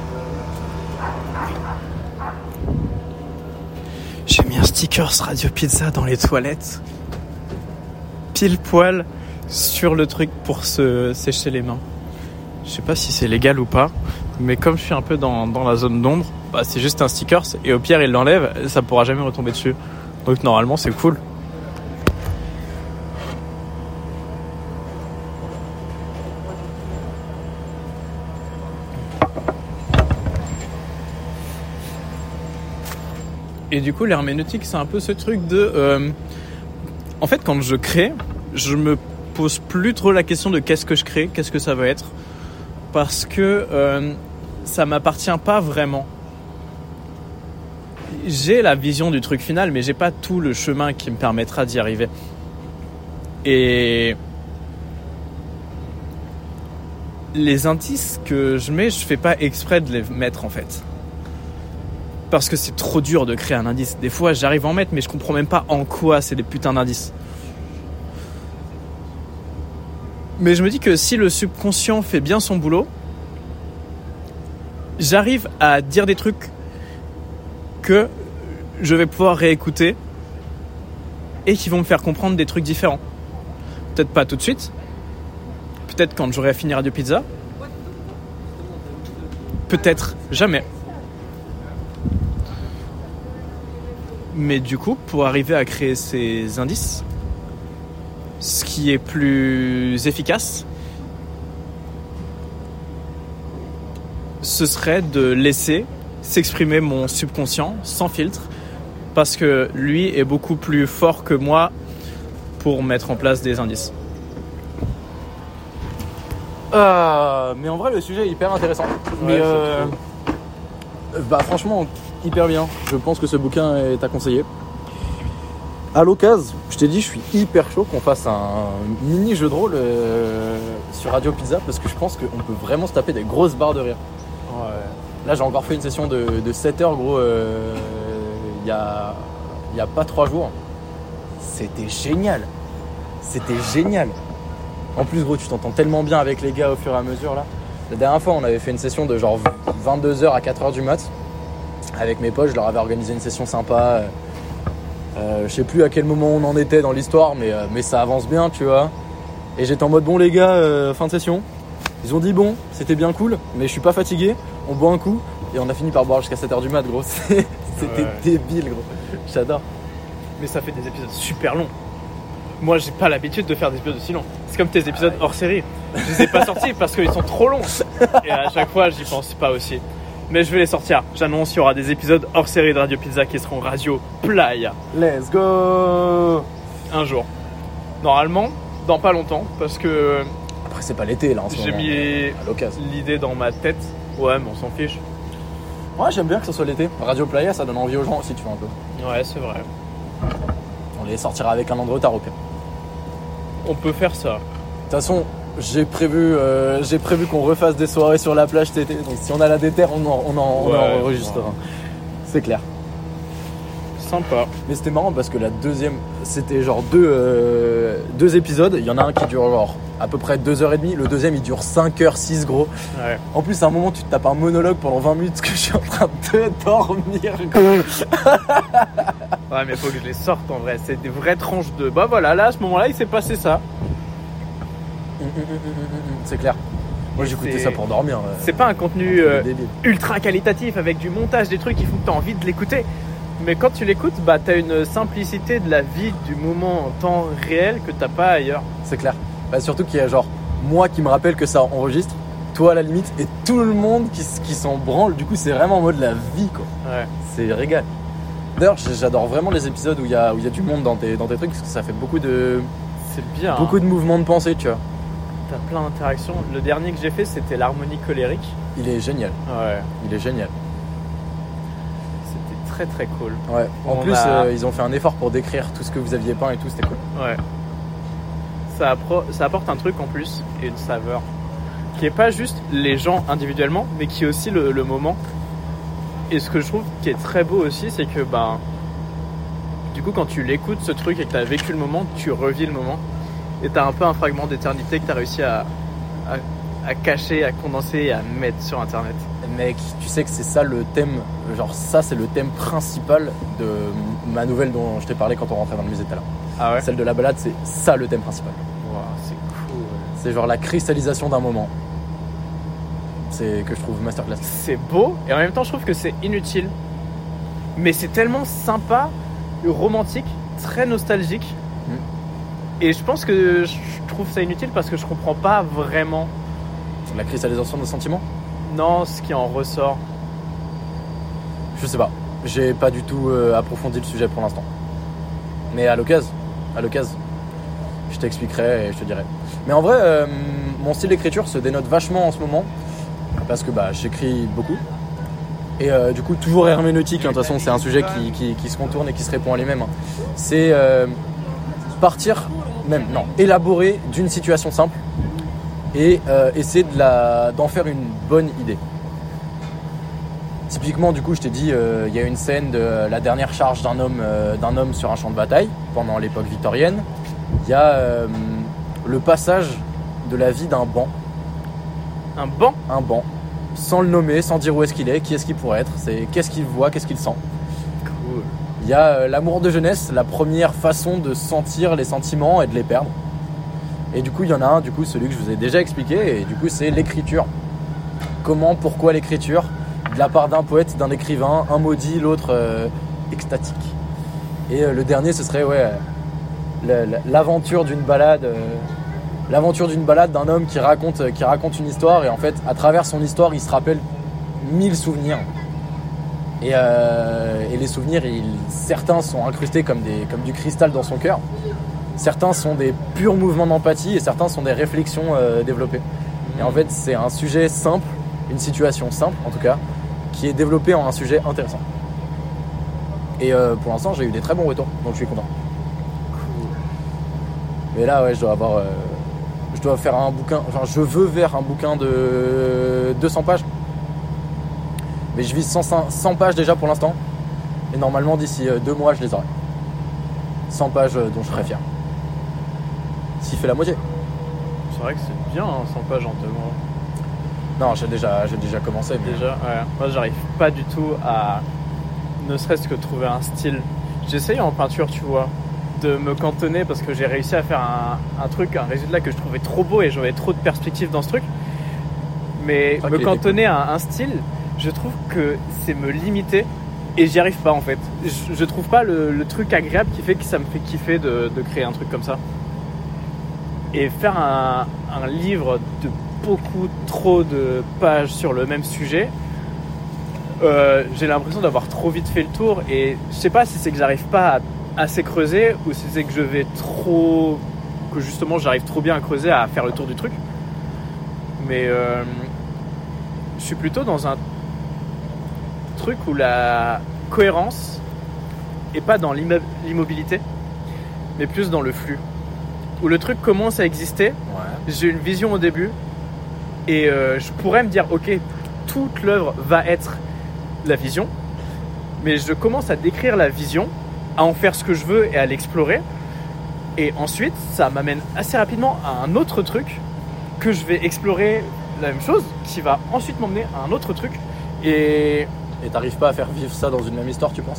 J'ai mis un stickers Radio Pizza dans les toilettes. Pile poil sur le truc pour se sécher les mains. Je sais pas si c'est légal ou pas, mais comme je suis un peu dans, dans la zone d'ombre, bah c'est juste un stickers et au pire il l'enlève, ça pourra jamais retomber dessus. Donc normalement c'est cool. Et du coup l'herméneutique c'est un peu ce truc de... Euh... En fait quand je crée, je me pose plus trop la question de qu'est-ce que je crée, qu'est-ce que ça va être. Parce que euh, ça m'appartient pas vraiment. J'ai la vision du truc final, mais j'ai pas tout le chemin qui me permettra d'y arriver. Et les indices que je mets, je fais pas exprès de les mettre en fait. Parce que c'est trop dur de créer un indice. Des fois, j'arrive à en mettre, mais je comprends même pas en quoi c'est des putains d'indices. Mais je me dis que si le subconscient fait bien son boulot, j'arrive à dire des trucs que je vais pouvoir réécouter et qui vont me faire comprendre des trucs différents. Peut-être pas tout de suite, peut-être quand j'aurai fini Radio Pizza, peut-être jamais. Mais du coup, pour arriver à créer ces indices, ce qui est plus efficace, ce serait de laisser s'exprimer mon subconscient sans filtre, parce que lui est beaucoup plus fort que moi pour mettre en place des indices. Euh, mais en vrai le sujet est hyper intéressant. Ouais, mais euh, bah franchement hyper bien. Je pense que ce bouquin est à conseiller. À l'occasion, je t'ai dit, je suis hyper chaud qu'on fasse un mini jeu de rôle euh, sur Radio Pizza, parce que je pense qu'on peut vraiment se taper des grosses barres de rire. Ouais. Là, j'ai encore fait une session de, de sept heures, gros, il euh, y, a, y a pas trois jours. C'était génial. C'était génial. En plus, gros, tu t'entends tellement bien avec les gars au fur et à mesure, là. La dernière fois, on avait fait une session de genre vingt-deux heures à quatre heures du mat. Avec mes potes, je leur avais organisé une session sympa. Euh, je sais plus à quel moment on en était dans l'histoire, mais, euh, mais ça avance bien, tu vois. Et j'étais en mode, bon les gars, euh, fin de session. Ils ont dit, bon, c'était bien cool, mais je suis pas fatigué. On boit un coup. Et on a fini par boire jusqu'à sept heures du mat, gros. C'était ouais. débile, gros. J'adore. Mais ça fait des épisodes super longs. Moi, j'ai pas l'habitude de faire des épisodes aussi longs. C'est comme tes épisodes hors série. Je les ai pas sortis parce qu'ils sont trop longs. Et à chaque fois, j'y pense pas aussi. Mais je vais les sortir. J'annonce qu'il y aura des épisodes hors série de Radio Pizza qui seront Radio Playa. Let's go. Un jour. Normalement, dans pas longtemps, parce que Après, c'est pas l'été là en ce j'ai moment. mis À l'occasion. l'idée dans ma tête. Ouais, mais on s'en fiche. Ouais, j'aime bien que ce soit l'été. Radio Playa, ça donne envie aux gens aussi, tu vois un peu. Ouais, c'est vrai. On les sortira avec un an de retard au pire. On peut faire ça. De toute façon, j'ai prévu, euh, j'ai prévu qu'on refasse des soirées sur la plage cet été. Donc si on a la déterre, on en, on en, on Ouais, en enregistrera. ouais. C'est clair. Sympa. Mais c'était marrant parce que la deuxième, c'était genre deux, euh, deux épisodes. Il y en a un qui dure genre à peu près deux heures trente. Le deuxième, il dure cinq heures six, gros. Ouais. En plus, à un moment, tu te tapes un monologue pendant vingt minutes parce que je suis en train de dormir. Ouais, mais faut que je les sorte en vrai. C'est des vraies tranches de. Bah voilà, là, à ce moment-là, il s'est passé ça. C'est clair. Moi, j'écoutais C'est- ça pour dormir. euh, C'est pas un contenu c'est euh, débile. ultra qualitatif avec du montage, des trucs qui font que t'as envie de l'écouter. Mais quand tu l'écoutes, bah t'as une simplicité de la vie du moment en temps réel que t'as pas ailleurs. C'est clair. Bah, surtout qu'il y a genre moi qui me rappelle que ça enregistre, toi à la limite, et tout le monde qui, s- qui s'en branle. Du coup, c'est vraiment en mode la vie, quoi. Ouais. C'est régal. D'ailleurs, j- j'adore vraiment les épisodes où il y a, où il y a du monde dans tes, dans tes trucs parce que ça fait beaucoup de, C'est bien. beaucoup de mouvements de pensée, tu vois. T'as plein d'interactions. Le dernier que j'ai fait, c'était l'harmonie colérique. Il est génial. Ouais. Il est génial. C'était très très cool. Ouais. En On plus, a- euh, ils ont fait un effort pour décrire tout ce que vous aviez peint et tout, c'était cool. Ouais. Ça, appro- ça apporte un truc en plus et une saveur qui est pas juste les gens individuellement, mais qui est aussi le, le moment. Et ce que je trouve qui est très beau aussi, c'est que ben, du coup, quand tu l'écoutes ce truc et que tu as vécu le moment, tu revis le moment et tu as un peu un fragment d'éternité que tu as réussi à, à, à cacher, à condenser et à mettre sur internet. Mec, tu sais que c'est ça le thème, genre ça c'est le thème principal de ma nouvelle dont je t'ai parlé quand on rentrait dans le musée tout à l'heure. Ah ouais? Celle de la balade, c'est ça le thème principal. Wow, c'est cool. C'est genre la cristallisation d'un moment. C'est que je trouve masterclass. C'est beau et en même temps je trouve que c'est inutile, mais c'est tellement sympa, romantique, très nostalgique. Mm. Et je pense que je trouve ça inutile parce que je comprends pas vraiment, La cristallisation de sentiments. non, ce qui en ressort. Je sais pas. J'ai pas du tout euh, approfondi le sujet pour l'instant. Mais à l'occasion, à l'occasion, je t'expliquerai et je te dirai. Mais en vrai, euh, mon style d'écriture se dénote vachement en ce moment parce que bah, j'écris beaucoup. Et euh, du coup, toujours herméneutique, hein, de toute façon, c'est un sujet qui, qui, qui se contourne et qui se répond à lui-même. hein. C'est euh, partir, même, non, élaborer d'une situation simple et euh, essayer de la, d'en faire une bonne idée. Typiquement, du coup, je t'ai dit, il euh, y a une scène de la dernière charge d'un homme, euh, d'un homme sur un champ de bataille pendant l'époque victorienne. Il y a euh, le passage de la vie d'un banc, Un banc. un banc, sans le nommer, sans dire où est-ce qu'il est, qui est-ce qu'il pourrait être, c'est qu'est-ce qu'il voit, qu'est-ce qu'il sent. Cool. Il y a euh, l'amour de jeunesse, la première façon de sentir les sentiments et de les perdre. Et du coup, il y en a un, du coup, celui que je vous ai déjà expliqué, et du coup, c'est l'écriture. Comment, pourquoi l'écriture ? De la part d'un poète, d'un écrivain, un maudit, l'autre euh, extatique. Et euh, le dernier, ce serait ouais, euh, le- le- l'aventure d'une balade, euh, l'aventure d'une balade d'un homme qui raconte, euh, qui raconte une histoire, et en fait, à travers son histoire, il se rappelle mille souvenirs. Et, euh, et les souvenirs, ils- certains sont incrustés comme, des, comme du cristal dans son cœur. Certains sont des purs mouvements d'empathie et certains sont des réflexions euh, développées. Et en fait, c'est un sujet simple, une situation simple en tout cas, qui est développé en un sujet intéressant. Et euh, pour l'instant, j'ai eu des très bons retours, donc je suis content. Mais là, ouais, je dois avoir, euh, je dois faire un bouquin. Enfin, je veux vers un bouquin de deux cents pages. Mais je vise cent, cent pages déjà pour l'instant. Et normalement, d'ici euh, deux mois, je les aurai. cent pages euh, dont je serai fier. S'il fait la moitié. C'est vrai que c'est bien, hein, cent pages en deux mois. Non, j'ai déjà, j'ai déjà commencé. Mais... Déjà, ouais. Moi, j'arrive pas du tout à, ne serait-ce que trouver un style. J'essaye en peinture, tu vois, de me cantonner parce que j'ai réussi à faire un, un truc, un résultat que je trouvais trop beau et j'avais trop de perspectives dans ce truc. Mais Ah, me qu'il était cantonner à un style, je trouve que c'est me limiter et j'y arrive pas en fait. Je, je trouve pas le, le truc agréable qui fait que ça me fait kiffer de, de créer un truc comme ça. Et faire un, un livre de beaucoup trop de pages sur le même sujet, euh, j'ai l'impression d'avoir trop vite fait le tour. Et je sais pas si c'est que j'arrive pas à assez creuser ou si c'est que je vais trop, que justement j'arrive trop bien à creuser, à faire le tour du truc. Mais euh, je suis plutôt dans un truc où la cohérence est pas dans l'immo- l'immobilité, mais plus dans le flux. Où le truc commence à exister, Ouais. j'ai une vision au début et euh, je pourrais me dire ok, toute l'œuvre va être la vision, mais je commence à décrire la vision, à en faire ce que je veux et à l'explorer, et ensuite ça m'amène assez rapidement à un autre truc que je vais explorer, la même chose, qui va ensuite m'emmener à un autre truc. Et Et t'arrives pas à faire vivre ça dans une même histoire, tu penses?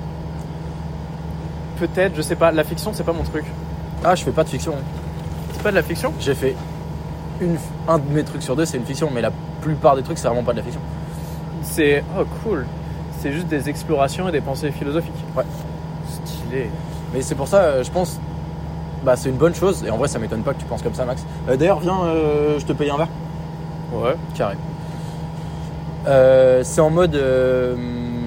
peut-être, je sais pas, la fiction c'est pas mon truc. Ah, je fais pas de fiction. C'est pas de la fiction? J'ai fait une, un de mes trucs sur deux, c'est une fiction, mais la plupart des trucs, c'est vraiment pas de la fiction. C'est, oh cool, c'est juste des explorations et des pensées philosophiques. Ouais. Stylé. Mais c'est pour ça, euh, je pense, bah c'est une bonne chose. Et en vrai, ça m'étonne pas que tu penses comme ça, Max. Euh, D'ailleurs, viens, euh, je te paye un verre. Ouais. Carré. Euh, c'est en mode, euh,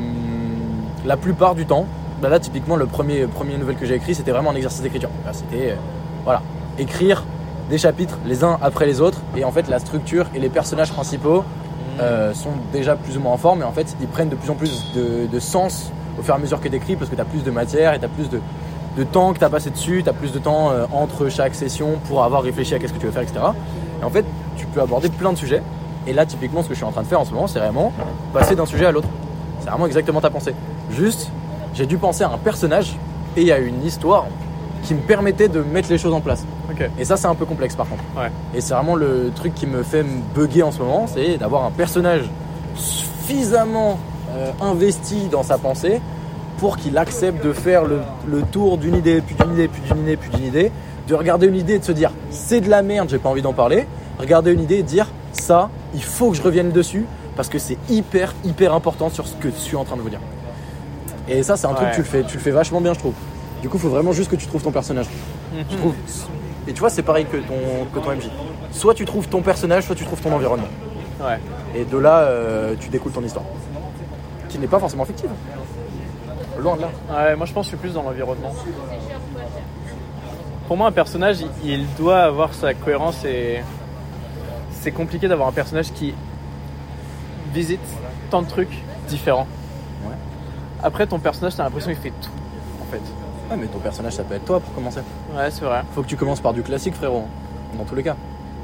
la plupart du temps. Bah là, typiquement, le premier, premier nouvelle que j'ai écrit, c'était vraiment un exercice d'écriture. Là, c'était, euh, voilà, écrire des chapitres les uns après les autres. Et en fait, la structure et les personnages principaux euh, sont déjà plus ou moins en forme. Et en fait, ils prennent de plus en plus de, de sens au fur et à mesure que tu écris, parce que tu as plus de matière et tu as plus de, de temps que tu as passé dessus. Tu as plus de temps euh, entre chaque session pour avoir réfléchi à qu'est-ce que tu veux faire, et cetera. Et en fait, tu peux aborder plein de sujets. Et là, typiquement, ce que je suis en train de faire en ce moment, c'est vraiment passer d'un sujet à l'autre. C'est vraiment exactement ta pensée. Juste, j'ai dû penser à un personnage et à une histoire qui me permettait de mettre les choses en place. Ok. Et ça, c'est un peu complexe par contre. Ouais. Et c'est vraiment le truc qui me fait me bugger en ce moment, c'est d'avoir un personnage suffisamment euh, investi dans sa pensée pour qu'il accepte de faire le, le tour d'une idée, puis d'une idée, puis d'une idée, puis d'une idée, de regarder une idée et de se dire c'est de la merde, j'ai pas envie d'en parler, regarder une idée et de dire ça, il faut que je revienne dessus parce que c'est hyper, hyper important sur ce que je suis en train de vous dire. Et ça, c'est un truc Ouais. que tu le fais, tu le fais vachement bien, je trouve. Du coup, il faut vraiment juste que tu trouves ton personnage. Je trouve. Et tu vois, c'est pareil que ton, que ton M J. Soit tu trouves ton personnage, soit tu trouves ton environnement. Ouais. Et de là, euh, tu découles ton histoire. Qui n'est pas forcément fictive. Loin de là. Ouais, moi je pense que je suis plus dans l'environnement. Pour moi, un personnage, il, il doit avoir sa cohérence et c'est compliqué d'avoir un personnage qui visite tant de trucs différents. Ouais. Après, ton personnage, t'as l'impression qu'il fait tout, en fait. Ouais, mais ton personnage, ça peut être toi pour commencer. Ouais, c'est vrai. Faut que tu commences par du classique, frérot. Dans tous les cas.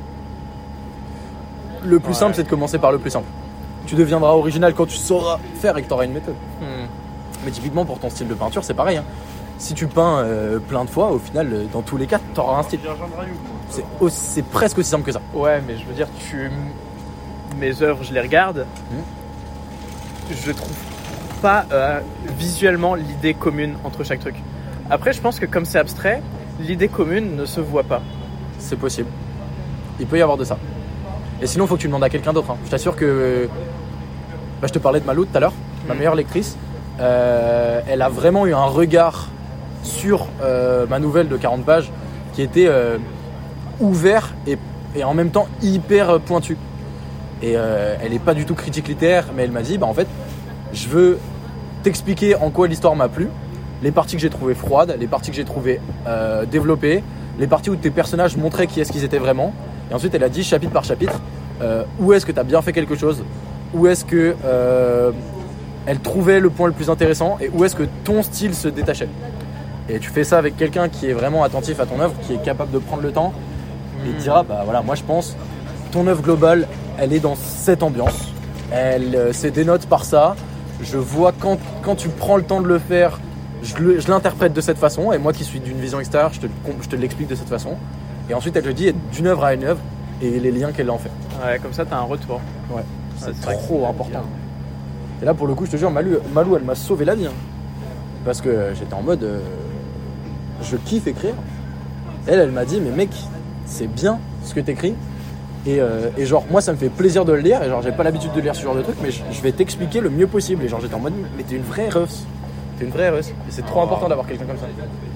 Le plus Ouais. simple, c'est de commencer par le plus simple. Tu deviendras original quand tu sauras faire et que tu auras une méthode. Hmm. Mais typiquement, pour ton style de peinture, c'est pareil. Hein. Si tu peins euh, plein de fois, au final, euh, dans tous les cas, tu auras un style. C'est, aussi- c'est presque aussi simple que ça. Ouais, mais je veux dire, tu... mes œuvres, je les regarde. Je trouve pas euh, visuellement l'idée commune entre chaque truc. Après, je pense que comme c'est abstrait, l'idée commune ne se voit pas. C'est possible. Il peut y avoir de ça. Et sinon, il faut que tu demandes à quelqu'un d'autre. Hein. Je t'assure que... Bah, je te parlais de Malou tout à l'heure, ma Mm. meilleure lectrice. Euh, elle a vraiment eu un regard sur euh, ma nouvelle de quarante pages qui était euh, ouvert et, et en même temps hyper pointu. Et euh, elle n'est pas du tout critique littéraire, mais elle m'a dit, bah, en fait, je veux t'expliquer en quoi l'histoire m'a plu, les parties que j'ai trouvées froides, les parties que j'ai trouvées euh, développées, les parties où tes personnages montraient qui est-ce qu'ils étaient vraiment. Et ensuite, elle a dit chapitre par chapitre, euh, où est-ce que tu as bien fait quelque chose, où est-ce que euh, elle trouvait le point le plus intéressant et où est-ce que ton style se détachait. Et tu fais ça avec quelqu'un qui est vraiment attentif à ton œuvre, qui est capable de prendre le temps et il te dira, bah voilà, moi je pense, ton œuvre globale, elle est dans cette ambiance, elle euh, se dénote par ça, je vois quand, quand tu prends le temps de le faire, je, le, je l'interprète de cette façon, et moi qui suis d'une vision extérieure, je te, je te l'explique de cette façon. Et ensuite elle te dit d'une œuvre à une œuvre et les liens qu'elle en fait. Ouais, comme ça, t'as un retour. Ouais, c'est Ouais, c'est vrai trop important. Et là pour le coup, je te jure, Malou, Malou elle m'a sauvé la vie. Hein. Parce que j'étais en mode, euh, je kiffe écrire. Elle, elle m'a dit, mais mec, c'est bien ce que t'écris, Et, euh, et genre moi ça me fait plaisir de le lire et genre j'ai pas l'habitude de lire ce genre de truc mais je, je vais t'expliquer le mieux possible et genre j'étais en mode mais t'es une vraie reuse, t'es une vraie reuse et c'est trop Oh. important d'avoir quelqu'un comme ça.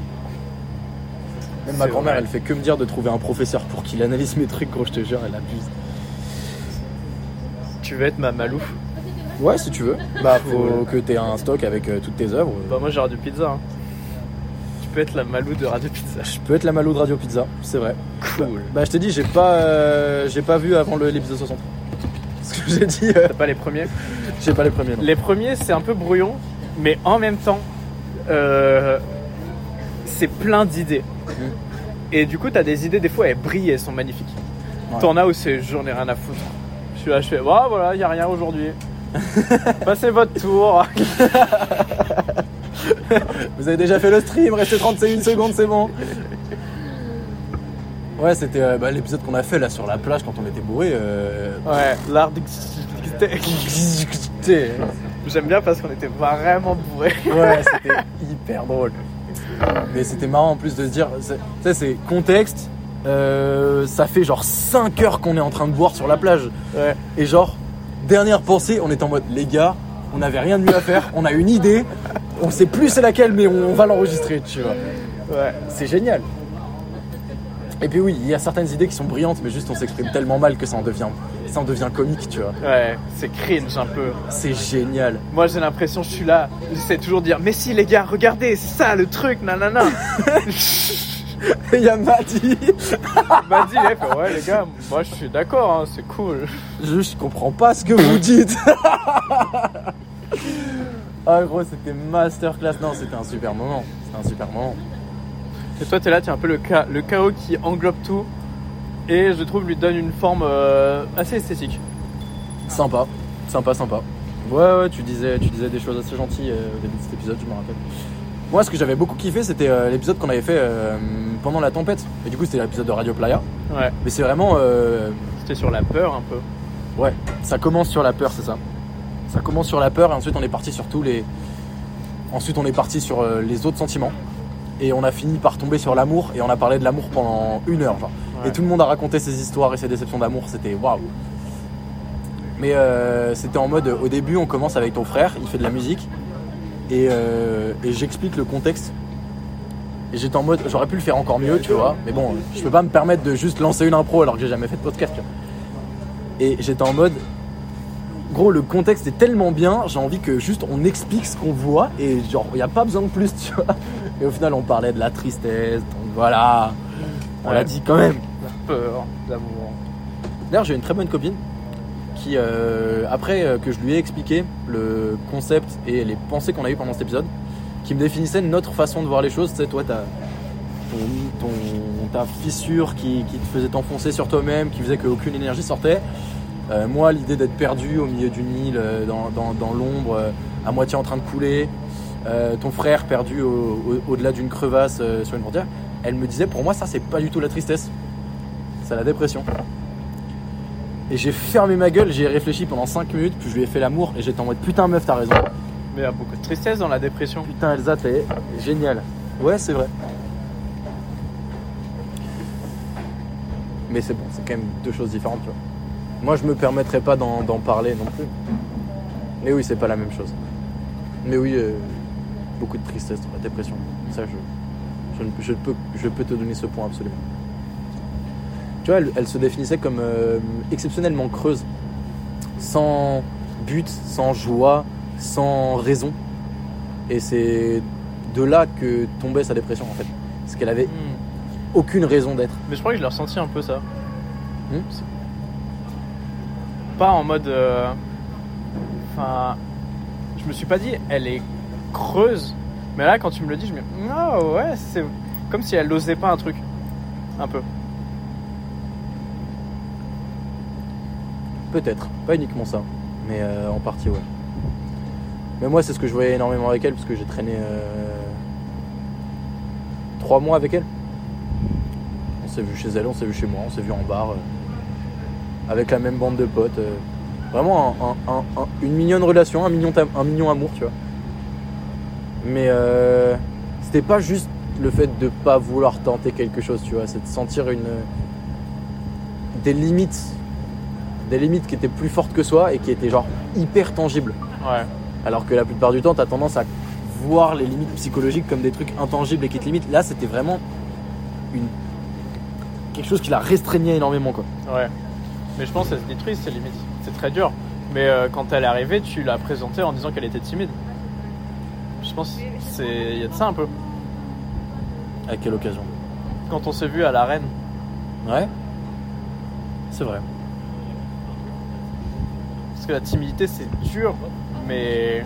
Même ma C'est grand-mère vrai. elle fait que me dire de trouver un professeur pour qu'il analyse mes trucs gros je te jure elle abuse. Tu veux être ma Malou? Ouais si tu veux, bah faut que t'aies un stock avec euh, toutes tes œuvres. Bah moi j'ai Radio Pizza. Hein. Tu peux être la Malou de Radio Pizza. Je peux être la Malo de Radio Pizza, c'est vrai. Cool. Bah je t'ai dit j'ai pas euh, j'ai pas vu avant le, l'épisode soixante. Ce que j'ai dit euh, T'as pas les premiers? j'ai pas les premiers. Non. Les premiers c'est un peu brouillon, mais en même temps, euh, c'est plein d'idées. Et du coup t'as des idées, des fois elles brillent, elles sont magnifiques. Ouais. T'en as où c'est j'en ai rien à foutre. Je suis là, je fais, oh, voilà, y a rien aujourd'hui. Passez votre tour. Vous avez déjà fait le stream, restez trente-et une secondes, c'est bon. Ouais, c'était euh, bah, l'épisode qu'on a fait là sur la plage quand on était bourré. Euh... Ouais, l'art d'exister. J'aime bien parce qu'on était vraiment bourrés. Ouais, c'était hyper drôle. Mais c'était marrant en plus de se dire, tu sais, c'est contexte. Euh, ça fait genre cinq heures qu'on est en train de boire sur la plage. Ouais. Et genre, dernière pensée, on est en mode, les gars, on n'avait rien de mieux à faire, on a une idée, on sait plus c'est laquelle, mais on va l'enregistrer, tu vois. Ouais. C'est génial. Et puis oui, il y a certaines idées qui sont brillantes, mais juste on s'exprime tellement mal que ça en devient, ça en devient comique, tu vois. Ouais, c'est cringe un peu. C'est génial. Moi j'ai l'impression je suis là, j'essaie toujours de dire mais si les gars, regardez, c'est ça le truc, nanana. Il y a Madi. M'a dit, eh, fait, ouais les gars, moi je suis d'accord, hein, c'est cool. Juste, je comprends pas ce que vous dites. Ah gros, c'était masterclass. Non, c'était un super moment. C'était un super moment. Et toi t'es là, t'es un peu le, ca- le chaos qui englobe tout et je trouve lui donne une forme euh, assez esthétique. Sympa, sympa, sympa. Ouais, ouais, tu disais, tu disais des choses assez gentilles euh, au début de cet épisode, je me rappelle. Moi, ce que j'avais beaucoup kiffé, c'était euh, l'épisode qu'on avait fait euh, pendant la tempête. Et du coup, c'était l'épisode de Radio Playa. Ouais, Mais c'est vraiment... euh, c'était sur la peur un peu. Ouais, ça commence sur la peur, c'est ça. Ça commence sur la peur et ensuite on est parti sur tous les... Ensuite on est parti sur euh, les autres sentiments. Et on a fini par tomber sur l'amour et on a parlé de l'amour pendant une heure. Genre. Ouais. Et tout le monde a raconté ses histoires et ses déceptions d'amour, c'était waouh. Mais euh, c'était en mode, au début on commence avec ton frère, il fait de la musique. Et, euh, et j'explique le contexte. Et j'étais en mode, j'aurais pu le faire encore mieux, tu vois. Mais bon, je peux pas me permettre de juste lancer une impro alors que j'ai jamais fait de podcast, tu vois. Et j'étais en mode, gros, le contexte est tellement bien, j'ai envie que juste on explique ce qu'on voit et genre, il n'y a pas besoin de plus, tu vois. Et au final, on parlait de la tristesse, donc voilà, on Ouais. l'a dit quand même. La peur, l'amour. D'ailleurs, j'ai une très bonne copine qui, euh, après euh, que je lui ai expliqué le concept et les pensées qu'on a eues pendant cet épisode, qui me définissait notre façon de voir les choses. Tu sais, toi, t'as ton, ton, ta fissure qui, qui te faisait t'enfoncer sur toi-même, qui faisait qu'aucune énergie sortait. Euh, moi, l'idée d'être perdu au milieu d'une île, euh, dans, dans, dans l'ombre, euh, à moitié en train de couler. Euh, ton frère perdu au, au, au-delà d'une crevasse euh, sur une frontière. Elle me disait, pour moi, ça, c'est pas du tout la tristesse. C'est la dépression. Et j'ai fermé ma gueule, j'y ai réfléchi pendant cinq minutes, puis je lui ai fait l'amour et j'étais en mode putain meuf, t'as raison. Mais il y a beaucoup de tristesse dans la dépression. Putain Elsa, t'es génial. Ouais, c'est vrai. Mais c'est bon, c'est quand même deux choses différentes, tu vois. Moi, je me permettrais pas d'en, d'en parler non plus. Mais oui, c'est pas la même chose. Mais oui, euh, beaucoup de tristesse dans la dépression. Ça, je, je, je, peux, je peux te donner ce point absolument. Tu vois, elle, elle se définissait comme euh, exceptionnellement creuse, sans but, sans joie, sans raison. Et c'est de là que tombait sa dépression en fait. Parce qu'elle avait Hmm. aucune raison d'être. Mais je crois que je l'ai ressenti un peu ça. Hmm C'est pas en mode. euh, Enfin. Je me suis pas dit, elle est creuse. Mais là, quand tu me le dis, je me dis, ah ouais, c'est comme si elle n'osait pas un truc. Un peu. Peut-être, pas uniquement ça, mais euh, en partie ouais. Mais moi c'est ce que je voyais énormément avec elle parce que j'ai traîné euh, trois mois avec elle. On s'est vu chez elle, on s'est vu chez moi, on s'est vu en bar euh, avec la même bande de potes. euh, vraiment un, un, un, un, une mignonne relation, un mignon, tam- un mignon amour, tu vois. Mais euh, c'était pas juste le fait de pas vouloir tenter quelque chose, tu vois, c'est de sentir une des limites des limites qui étaient plus fortes que soi et qui étaient genre hyper tangibles. Ouais. Alors que la plupart du temps, t'as tendance à voir les limites psychologiques comme des trucs intangibles et qui te limitent. Là, c'était vraiment une... quelque chose qui la restreignait énormément, quoi. Ouais. Mais je pense qu'elle se détruit, ces limites. C'est très dur. Mais euh, quand elle est arrivée, tu l'as présentée en disant qu'elle était timide. Je pense qu'il y a de ça un peu. À quelle occasion? Quand on s'est vu à l'arène. Ouais. C'est vrai. Parce que la timidité, c'est dur, mais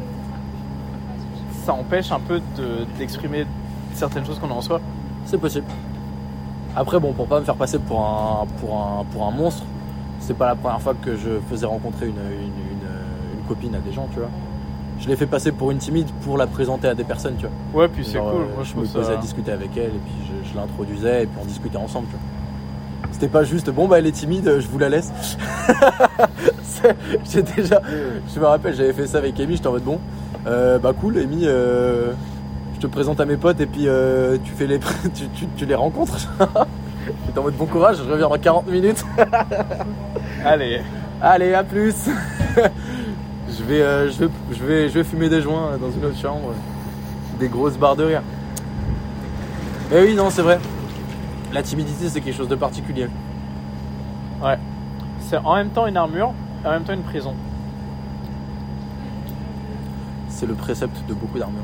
ça empêche un peu de, d'exprimer certaines choses qu'on a en soi. C'est possible. Après, bon, pour pas me faire passer pour un, pour un, pour un monstre, c'est pas la première fois que je faisais rencontrer une, une, une, une copine à des gens, tu vois. Je l'ai fait passer pour une timide pour la présenter à des personnes, tu vois. Ouais, puis c'est Genre, cool. euh, Moi, je je me trouve posais ça... à discuter avec elle et puis je, je l'introduisais et puis on discutait ensemble, tu vois. C'était pas juste, bon bah elle est timide, je vous la laisse. J'ai déjà, je me rappelle, j'avais fait ça avec Amy, j'étais en mode bon, euh, bah cool, Amy, euh, je te présente à mes potes et puis euh, tu fais les, tu, tu, tu les rencontres. J'étais en mode bon courage, je reviens dans quarante minutes. Allez. Allez, à plus. je, vais, euh, je, vais, je, vais, je vais fumer des joints dans une autre chambre, des grosses barres de rire. Mais oui, non, c'est vrai. La timidité, c'est quelque chose de particulier. Ouais. C'est en même temps une armure et en même temps une prison. C'est le précepte de beaucoup d'armures.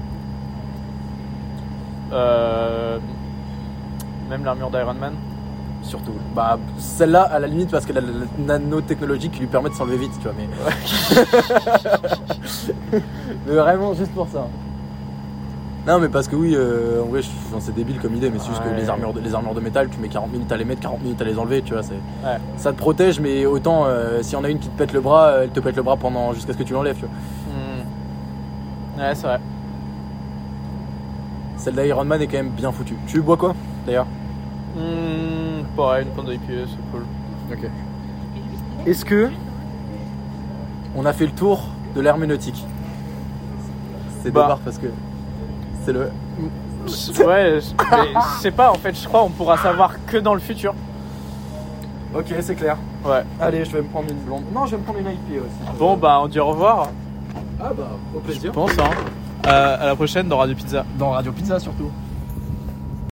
Euh... Même l'armure d'Iron Man. Surtout. Bah, celle-là, à la limite, parce qu'elle a la nanotechnologie qui lui permet de s'enlever vite, tu vois. Mais, mais vraiment, juste pour ça. Non, mais parce que oui, euh, en vrai, je- enfin, c'est débile comme idée, mais c'est juste Ouais. que les armures, de, les armures de métal, tu mets quarante minutes à les mettre, quarante minutes à les enlever, tu vois. C'est... Ouais. Ça te protège, mais autant, euh, s'il y en a une qui te pète le bras, elle te pète le bras pendant jusqu'à ce que tu l'enlèves, tu vois. Hmm. Ouais, c'est vrai. Celle d'Iron Man est quand même bien foutue. Tu bois quoi, d'ailleurs? Hmm, pareil, une pointe de I P A, c'est cool. Ok. Est-ce que on a fait le tour de l'herméneutique? C'est Bah. dommage parce que c'est le. Ouais, je, mais je sais pas, en fait, je crois qu'on pourra savoir que dans le futur. Ok, c'est clair. Ouais. Allez, je vais me prendre une blonde. Non, je vais me prendre une I P A aussi. Bon, bah, on dit au revoir. Ah bah, au plaisir. Je pense, hein. Euh, à la prochaine dans Radio Pizza. Dans Radio Pizza surtout.